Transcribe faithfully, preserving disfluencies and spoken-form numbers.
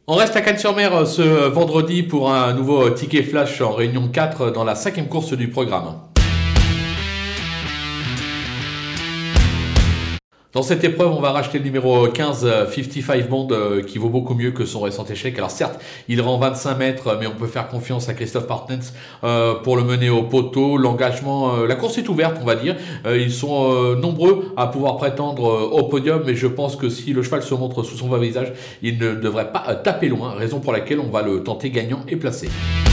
On reste à Cannes-sur-Mer ce vendredi pour un nouveau ticket flash en réunion quatre dans la cinquième course du programme. Dans cette épreuve, on va racheter le numéro quinze, cinquante-cinq Bond, euh, qui vaut beaucoup mieux que son récent échec. Alors certes, il rend vingt-cinq mètres, mais on peut faire confiance à Christophe Partnens euh, pour le mener au poteau. L'engagement, euh, la course est ouverte, on va dire. Euh, ils sont euh, nombreux à pouvoir prétendre euh, au podium, mais je pense que si le cheval se montre sous son vrai visage, il ne devrait pas euh, taper loin, raison pour laquelle on va le tenter gagnant et placé.